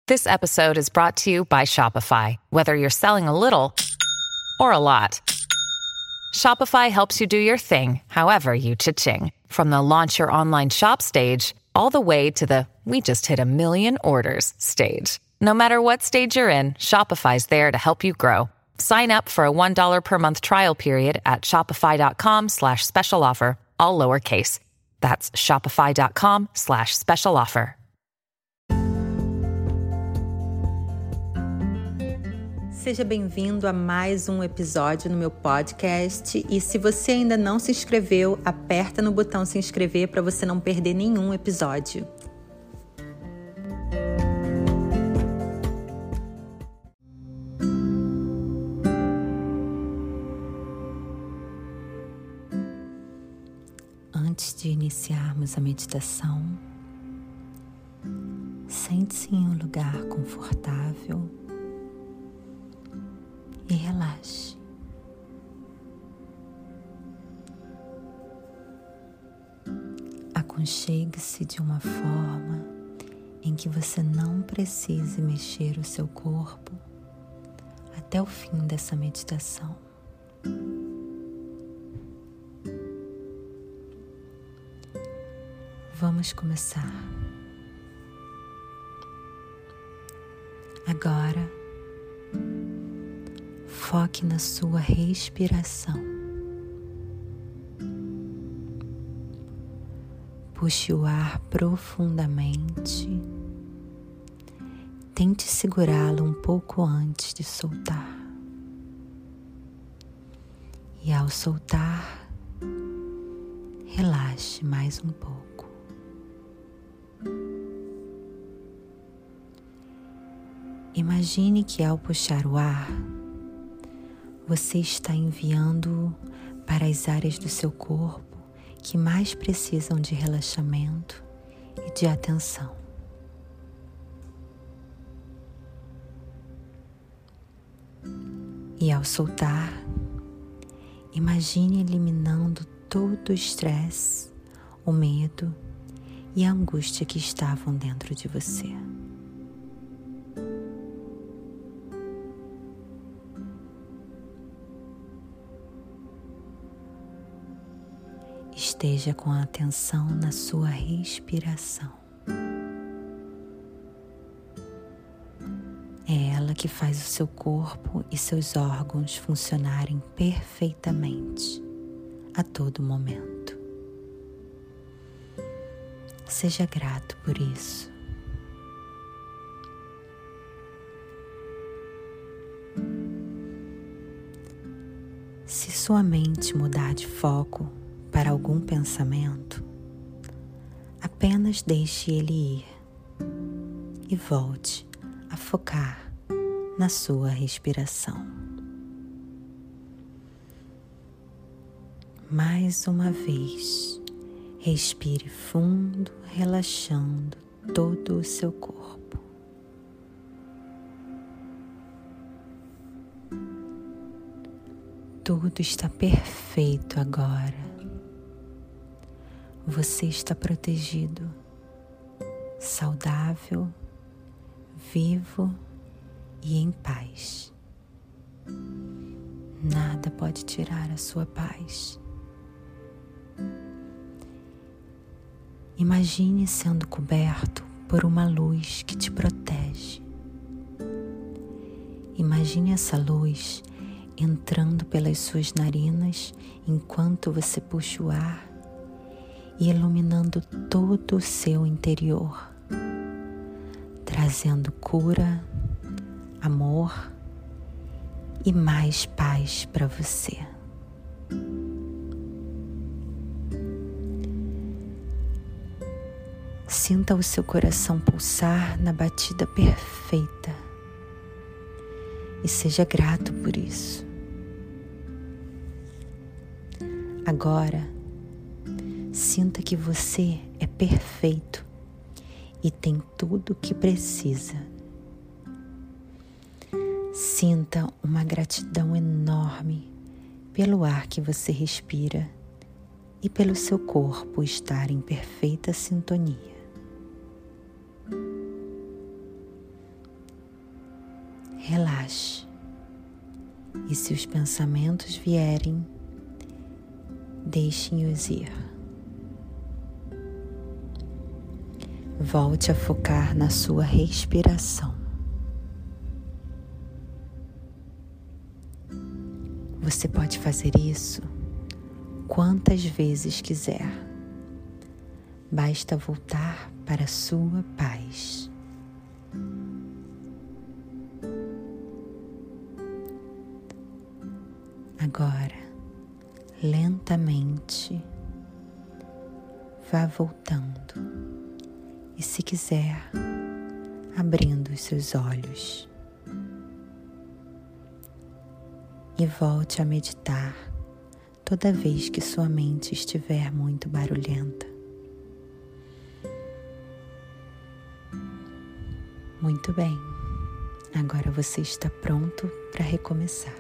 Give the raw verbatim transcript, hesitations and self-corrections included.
This episode is brought to you by Shopify. Whether you're selling a little or a lot, Shopify helps you do your thing, however you cha-ching. From the launch your online shop stage, all the way to the we just hit a million orders stage. No matter what stage you're in, Shopify's there to help you grow. Sign up for a one dollar per month trial period at shopify.com slash special offer, all lowercase. That's shopify.com slash special offer. Seja bem-vindo a mais um episódio no meu podcast e se você ainda não se inscreveu, aperta no botão se inscrever para você não perder nenhum episódio. Antes de iniciarmos a meditação, sente-se em um lugar confortável e relaxe. Aconchegue-se de uma forma em que você não precise mexer o seu corpo até o fim dessa meditação. Vamos começar. Agora, foque na sua respiração. Puxe o ar profundamente. Tente segurá-lo um pouco antes de soltar. E ao soltar, relaxe mais um pouco. Imagine que ao puxar o ar, você está enviando-o para as áreas do seu corpo que mais precisam de relaxamento e de atenção. E ao soltar, imagine eliminando todo o estresse, o medo e a angústia que estavam dentro de você. Esteja com a atenção na sua respiração. É ela que faz o seu corpo e seus órgãos funcionarem perfeitamente a todo momento. Seja grato por isso. Se sua mente mudar de foco para algum pensamento, apenas deixe ele ir e volte a focar na sua respiração. Mais uma vez, respire fundo, relaxando todo o seu corpo. Tudo está perfeito agora. Você está protegido, saudável, vivo e em paz. Nada pode tirar a sua paz. Imagine sendo coberto por uma luz que te protege. Imagine essa luz entrando pelas suas narinas enquanto você puxa o ar e iluminando todo o seu interior, trazendo cura, amor e mais paz para você. Sinta o seu coração pulsar na batida perfeita e seja grato por isso. Agora, sinta que você é perfeito e tem tudo o que precisa. Sinta uma gratidão enorme pelo ar que você respira e pelo seu corpo estar em perfeita sintonia. relaxe. E se os pensamentos vierem, deixem-os ir. Volte a focar na sua respiração. Você pode fazer isso quantas vezes quiser. Basta voltar para a sua paz. Agora, lentamente, vá voltando e, se quiser, abrindo os seus olhos. E volte a meditar toda vez que sua mente estiver muito barulhenta. Muito bem, agora você está pronto para recomeçar.